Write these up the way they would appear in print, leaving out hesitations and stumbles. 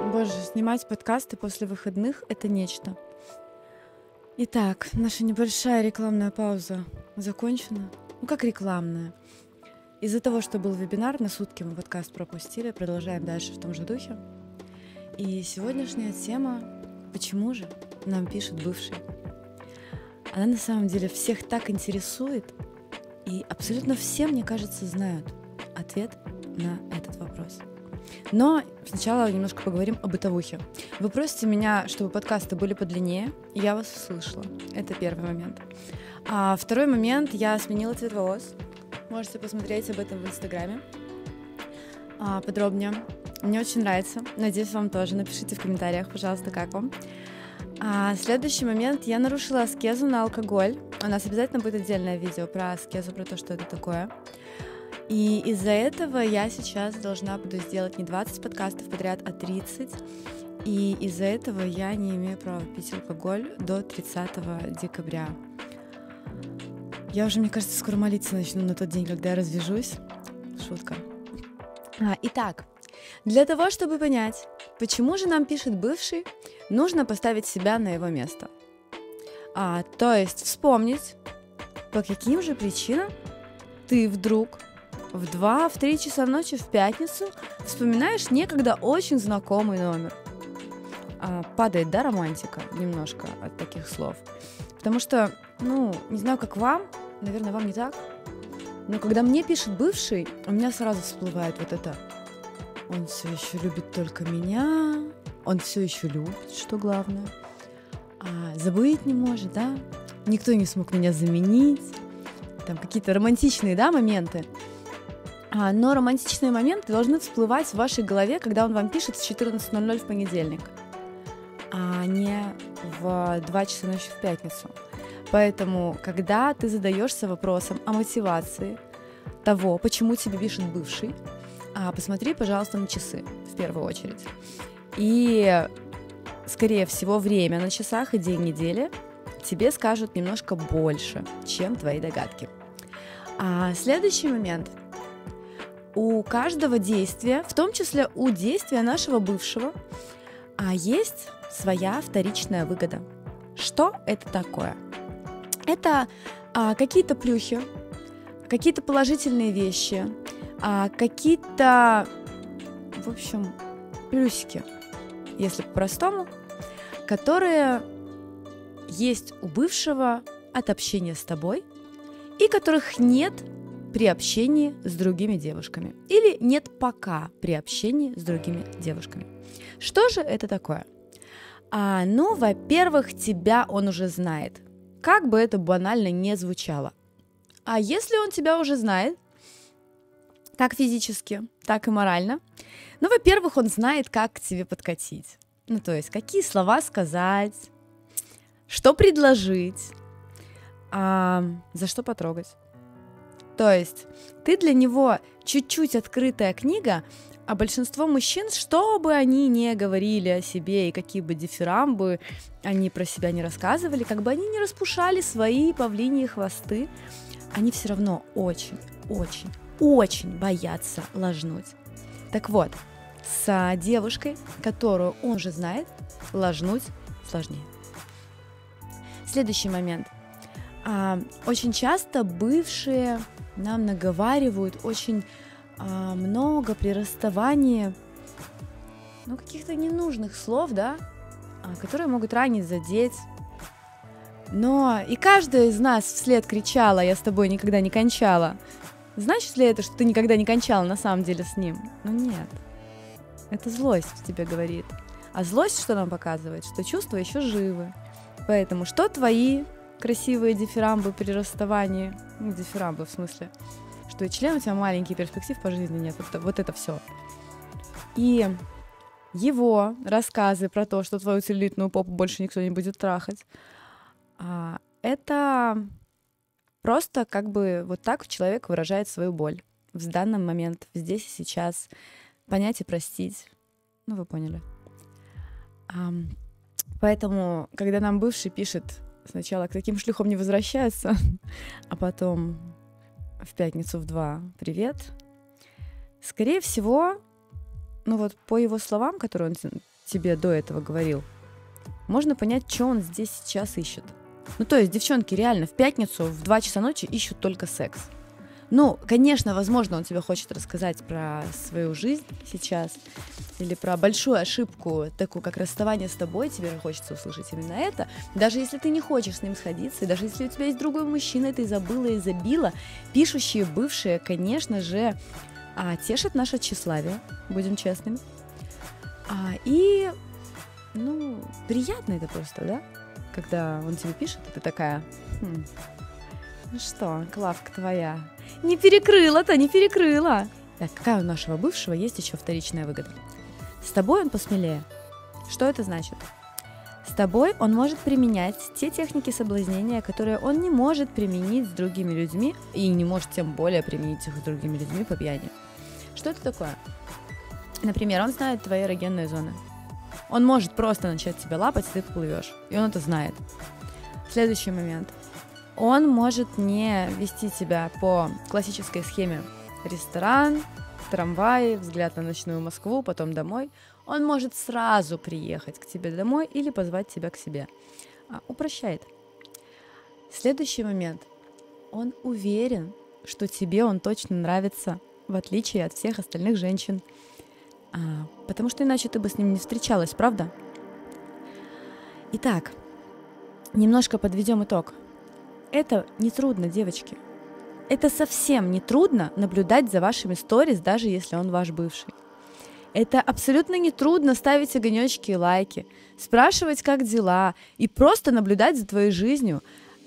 Боже, снимать подкасты после выходных — это нечто. Итак, наша небольшая рекламная пауза закончена. Ну, как рекламная. Из-за того, что был вебинар, на сутки мы подкаст пропустили, продолжаем дальше в том же духе. И сегодняшняя тема «Почему же нам пишут бывшие?». Она на самом деле всех так интересует, и абсолютно все, мне кажется, знают ответ на этот вопрос. Но сначала немножко поговорим о бытовухе. Вы просите меня, чтобы подкасты были подлиннее, и я вас услышала. Это первый момент. А второй момент, я сменила цвет волос. Можете посмотреть об этом в Инстаграме подробнее. Мне очень нравится. Надеюсь, вам тоже. Напишите в комментариях, пожалуйста, как вам. Следующий момент. Я нарушила аскезу на алкоголь. У нас обязательно будет отдельное видео про аскезу, про то, что это такое. И из-за этого я сейчас должна буду сделать не 20 подкастов подряд, а 30. И из-за этого я не имею права пить алкоголь до 30 декабря. Я уже, мне кажется, скоро молиться начну на тот день, когда я развяжусь. Шутка. Итак, для того, чтобы понять, почему же нам пишет бывший, нужно поставить себя на его место. То есть вспомнить, по каким же причинам ты вдруг в 2-3 часа ночи в пятницу вспоминаешь некогда очень знакомый номер. Падает, да, романтика немножко от таких слов. Потому что, не знаю, как вам, наверное, вам не так, но когда мне пишет бывший, у меня сразу всплывает вот это: он все еще любит только меня, он все еще любит, что главное, забыть не может, да, никто не смог меня заменить, там какие-то романтичные, да, моменты. Но романтичные моменты должны всплывать в вашей голове, когда он вам пишет в 14:00 в понедельник, а не в 2 часа ночи в пятницу. Поэтому, когда ты задаешься вопросом о мотивации того, почему тебе пишет бывший, посмотри, пожалуйста, на часы в первую очередь. И, скорее всего, время на часах и день недели тебе скажут немножко больше, чем твои догадки. Следующий момент. У каждого действия, в том числе у действия нашего бывшего, есть своя вторичная выгода. Что это такое? Это какие-то плюхи, какие-то положительные вещи, какие-то, в общем, плюсики, если по-простому, которые есть у бывшего от общения с тобой и которых нет при общении с другими девушками. Или нет пока при общении с другими девушками. Что же это такое? Во-первых, тебя он уже знает. Как бы это банально не звучало. А если он тебя уже знает, как физически, так и морально, во-первых, он знает, как к тебе подкатить. То есть, какие слова сказать, что предложить, за что потрогать. То есть ты для него чуть-чуть открытая книга, а большинство мужчин, что бы они ни говорили о себе и какие бы дифирамбы они про себя не рассказывали, как бы они не распушали свои павлиньи хвосты, они все равно очень боятся ложнуть. Так вот, с девушкой, которую он уже знает, ложнуть сложнее. Следующий момент. Очень часто бывшие нам наговаривают очень много при расставании, каких-то ненужных слов, да, которые могут ранить, задеть. Но и каждая из нас вслед кричала: «Я с тобой никогда не кончала». Значит ли это, что ты никогда не кончала на самом деле с ним? Нет. Это злость тебе говорит. А злость что нам показывает? Что чувства еще живы. Поэтому что твои красивые дифирамбы при расставании? Дифирамбы в смысле, что и член у тебя маленький, перспектив по жизни нет. Вот это все. И его рассказы про то, что твою целлюлитную попу больше никто не будет трахать, это просто как бы вот так человек выражает свою боль в данный момент, здесь и сейчас. Понять и простить. Вы поняли. Поэтому, когда нам бывший пишет сначала: к таким шлюхам не возвращаются, а потом в пятницу в 2 «Привет», скорее всего, по его словам, которые он тебе до этого говорил, можно понять, что он здесь сейчас ищет. Ну, то есть девчонки реально в пятницу в 2 часа ночи ищут только секс. Ну, конечно, возможно, он тебе хочет рассказать про свою жизнь сейчас или про большую ошибку, такую как расставание с тобой, тебе хочется услышать именно это. Даже если ты не хочешь с ним сходиться, и даже если у тебя есть другой мужчина, ты забыла и забила, пишущие бывшие, конечно же, тешат наше тщеславие, будем честными. И, ну, приятно это просто, да? Когда он тебе пишет, и ты такая, ну что, Клавка твоя, не перекрыла-то, не перекрыла. Так, какая у нашего бывшего есть еще вторичная выгода? С тобой он посмелее. Что это значит? С тобой он может применять те техники соблазнения, которые он не может применить с другими людьми, и не может тем более применить их с другими людьми по пьяни. Что это такое? Например, он знает твои эрогенные зоны. Он может просто начать тебя лапать, и ты поплывешь. И он это знает. Следующий момент. Он может не вести тебя по классической схеме ресторан, трамвай, взгляд на ночную Москву, потом домой. Он может сразу приехать к тебе домой или позвать тебя к себе. Упрощает. Следующий момент. Он уверен, что тебе он точно нравится, в отличие от всех остальных женщин. Потому что иначе ты бы с ним не встречалась, правда? Итак, немножко подведем итог. Это не трудно, девочки. Это совсем не трудно наблюдать за вашими сторис, даже если он ваш бывший. Это абсолютно не трудно ставить огонечки и лайки, спрашивать, как дела, и просто наблюдать за твоей жизнью.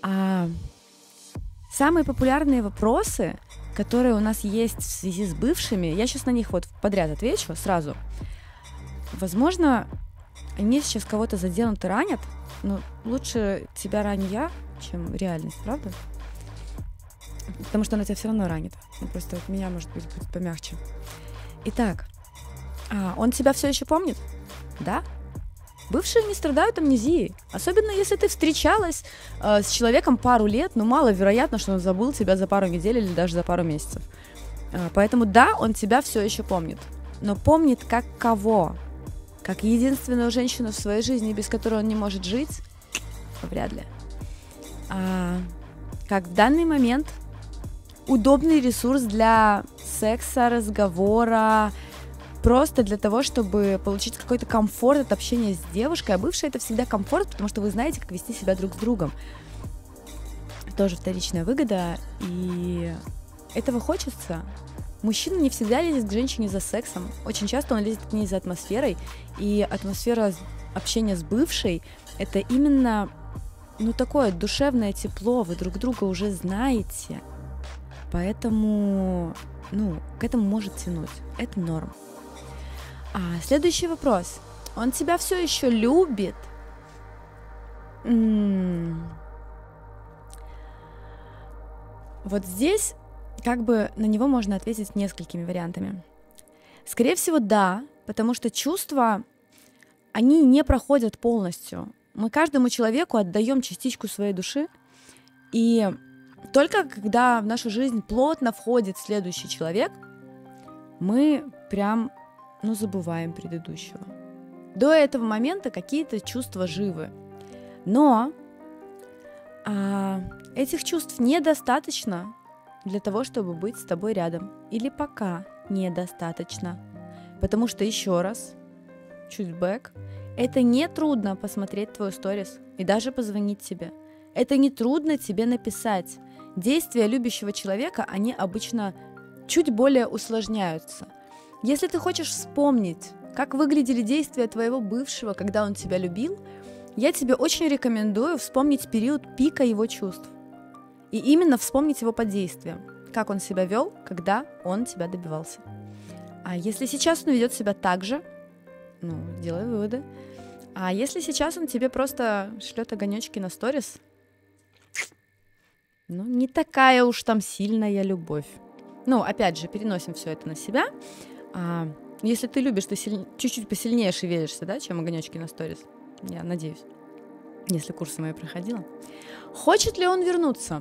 Самые популярные вопросы, которые у нас есть в связи с бывшими, я сейчас на них вот подряд отвечу сразу. Возможно, они сейчас кого-то заденут и ранят, но лучше тебя раню я, чем реальность, правда? Потому что она тебя все равно ранит. Просто от меня, может быть, будет помягче. Итак, он тебя все еще помнит? Да? Бывшие не страдают амнезией. Особенно, если ты встречалась с человеком пару лет, но маловероятно, что он забыл тебя за пару недель или даже за пару месяцев. Поэтому да, он тебя все еще помнит. Но помнит как кого? Как единственную женщину в своей жизни, без которой он не может жить? Вряд ли. Как в данный момент удобный ресурс для секса, разговора, просто для того, чтобы получить какой-то комфорт от общения с девушкой. А бывшая — это всегда комфорт, потому что вы знаете, как вести себя друг с другом. Тоже вторичная выгода, и этого хочется. Мужчина не всегда лезет к женщине за сексом. Очень часто он лезет к ней за атмосферой, и атмосфера общения с бывшей — это именно, такое душевное тепло, вы друг друга уже знаете, поэтому, к этому может тянуть. Это норм. Следующий вопрос. Он тебя все еще любит? Вот здесь как бы на него можно ответить несколькими вариантами. Скорее всего, да, потому что чувства, они не проходят полностью. Мы каждому человеку отдаем частичку своей души, и только когда в нашу жизнь плотно входит следующий человек, мы прям забываем предыдущего. До этого момента какие-то чувства живы. Но этих чувств недостаточно для того, чтобы быть с тобой рядом. Или пока недостаточно. Потому что, еще раз, чуть бэк, это не трудно посмотреть твою сторис и даже позвонить тебе. Это не трудно тебе написать. Действия любящего человека, они обычно чуть более усложняются. Если ты хочешь вспомнить, как выглядели действия твоего бывшего, когда он тебя любил, я тебе очень рекомендую вспомнить период пика его чувств. И именно вспомнить его под действием, как он себя вел, когда он тебя добивался. А если сейчас он ведет себя так же, делай выводы. А если сейчас он тебе просто шлет огонечки на сторис, не такая уж там сильная любовь. Опять же, переносим все это на себя. Если ты любишь, ты чуть-чуть посильнее шевелишься, да, чем огонечки на сторис. Я надеюсь, если курсы мои проходила. Хочет ли он вернуться?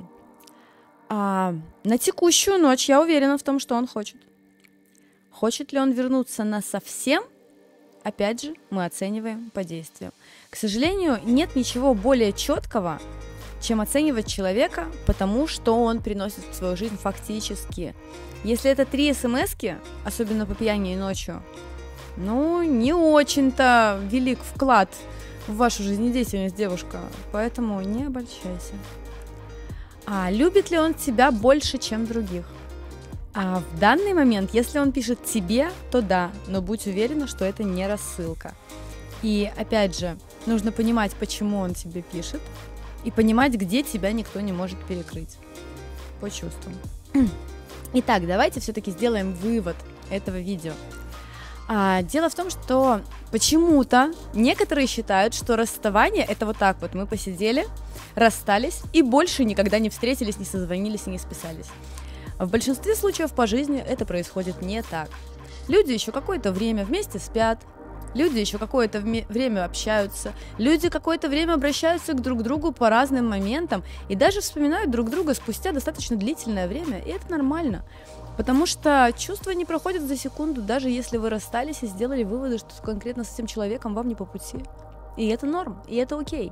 На текущую ночь я уверена в том, что он хочет. Хочет ли он вернуться насовсем? Опять же, мы оцениваем по действию. К сожалению, нет ничего более четкого, чем оценивать человека, потому что он приносит в свою жизнь фактически. Если это 3 смс-ки, особенно по пьяни и ночью, не очень-то велик вклад в вашу жизнедеятельность, девушка, поэтому не обольщайся. А любит ли он тебя больше, чем других? А в данный момент, если он пишет тебе, то да, но будь уверена, что это не рассылка. И опять же, нужно понимать, почему он тебе пишет, и понимать, где тебя никто не может перекрыть. По чувствам. Итак, давайте все-таки сделаем вывод этого видео. Дело в том, что почему-то некоторые считают, что расставание — это вот так вот. Мы посидели, расстались и больше никогда не встретились, не созвонились и не списались. В большинстве случаев по жизни это происходит не так. Люди еще какое-то время вместе спят, люди еще какое-то время общаются, люди какое-то время обращаются друг к другу по разным моментам и даже вспоминают друг друга спустя достаточно длительное время, и это нормально. Потому что чувства не проходят за секунду, даже если вы расстались и сделали выводы, что конкретно с этим человеком вам не по пути. И это норм, и это окей.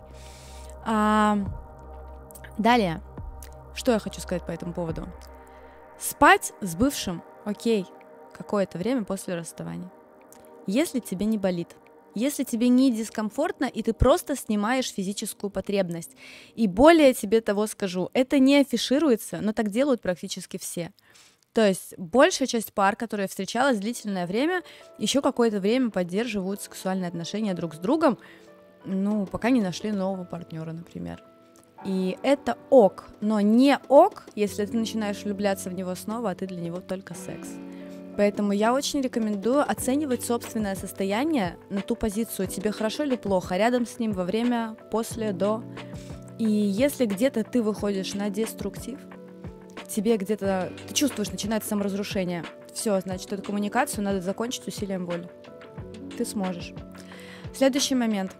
Далее, что я хочу сказать по этому поводу. Спать с бывшим окей какое-то время после расставания. Если тебе не болит, если тебе не дискомфортно, и ты просто снимаешь физическую потребность. И более тебе того скажу, это не афишируется, но так делают практически все. То есть большая часть пар, которые встречалась длительное время, еще какое-то время поддерживают сексуальные отношения друг с другом, пока не нашли нового партнера, например. И это ок, но не ок, если ты начинаешь влюбляться в него снова, а ты для него только секс. Поэтому я очень рекомендую оценивать собственное состояние на ту позицию, тебе хорошо или плохо, рядом с ним, во время, после, до. И если где-то ты выходишь на деструктив, тебе где-то, ты чувствуешь, начинается саморазрушение, все, значит, эту коммуникацию надо закончить усилием воли. Ты сможешь. Следующий момент.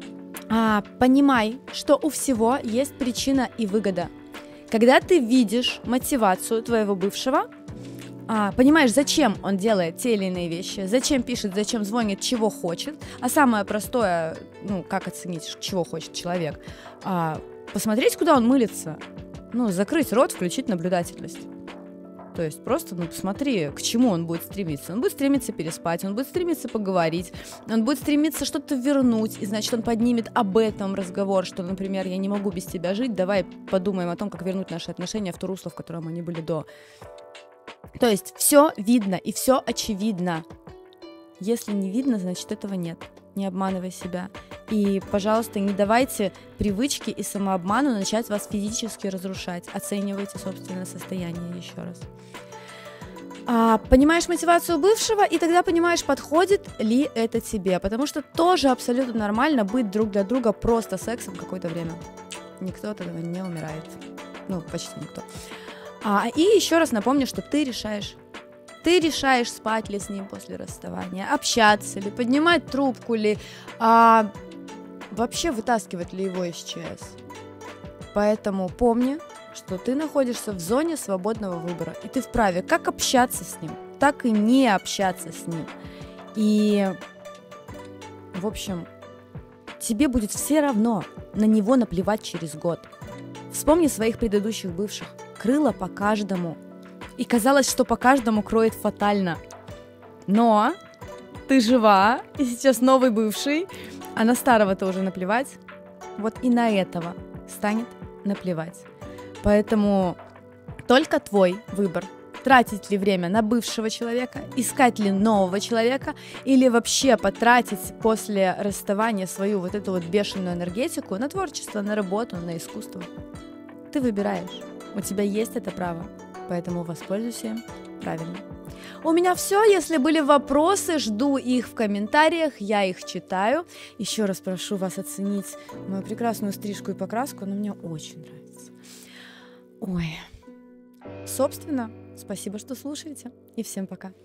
Понимай, что у всего есть причина и выгода. Когда ты видишь мотивацию твоего бывшего, понимаешь, зачем он делает те или иные вещи, зачем пишет, зачем звонит, чего хочет, а самое простое, как оценить, чего хочет человек, посмотреть, куда он мылится, закрыть рот, включить наблюдательность. То есть просто, посмотри, к чему он будет стремиться. Он будет стремиться переспать, он будет стремиться поговорить, он будет стремиться что-то вернуть, и значит, он поднимет об этом разговор, что, например, я не могу без тебя жить, давай подумаем о том, как вернуть наши отношения в то русло, в котором они были до. То есть все видно и все очевидно. Если не видно, значит, этого нет. Не обманывай себя. И, пожалуйста, не давайте привычке и самообману начать вас физически разрушать. Оценивайте собственное состояние еще раз. Понимаешь мотивацию бывшего, и тогда понимаешь, подходит ли это тебе. Потому что тоже абсолютно нормально быть друг для друга просто сексом какое-то время. Никто от этого не умирает. Почти никто. И еще раз напомню, что ты решаешь. Ты решаешь, спать ли с ним после расставания, общаться ли, поднимать трубку ли, вообще вытаскивать ли его из ЧС. Поэтому помни, что ты находишься в зоне свободного выбора, и ты вправе как общаться с ним, так и не общаться с ним. И, в общем, тебе будет все равно на него наплевать через год. Вспомни своих предыдущих бывших. Крыло по каждому. И казалось, что по каждому кроет фатально. Но ты жива, и сейчас новый бывший, а на старого-то уже наплевать. Вот и на этого станет наплевать. Поэтому только твой выбор. Тратить ли время на бывшего человека, искать ли нового человека, или вообще потратить после расставания свою вот эту вот бешеную энергетику на творчество, на работу, на искусство. Ты выбираешь. У тебя есть это право. Поэтому воспользуйся им правильно. У меня все. Если были вопросы, жду их в комментариях, я их читаю. Еще раз прошу вас оценить мою прекрасную стрижку и покраску, она мне очень нравится. Собственно, спасибо, что слушаете, и всем пока.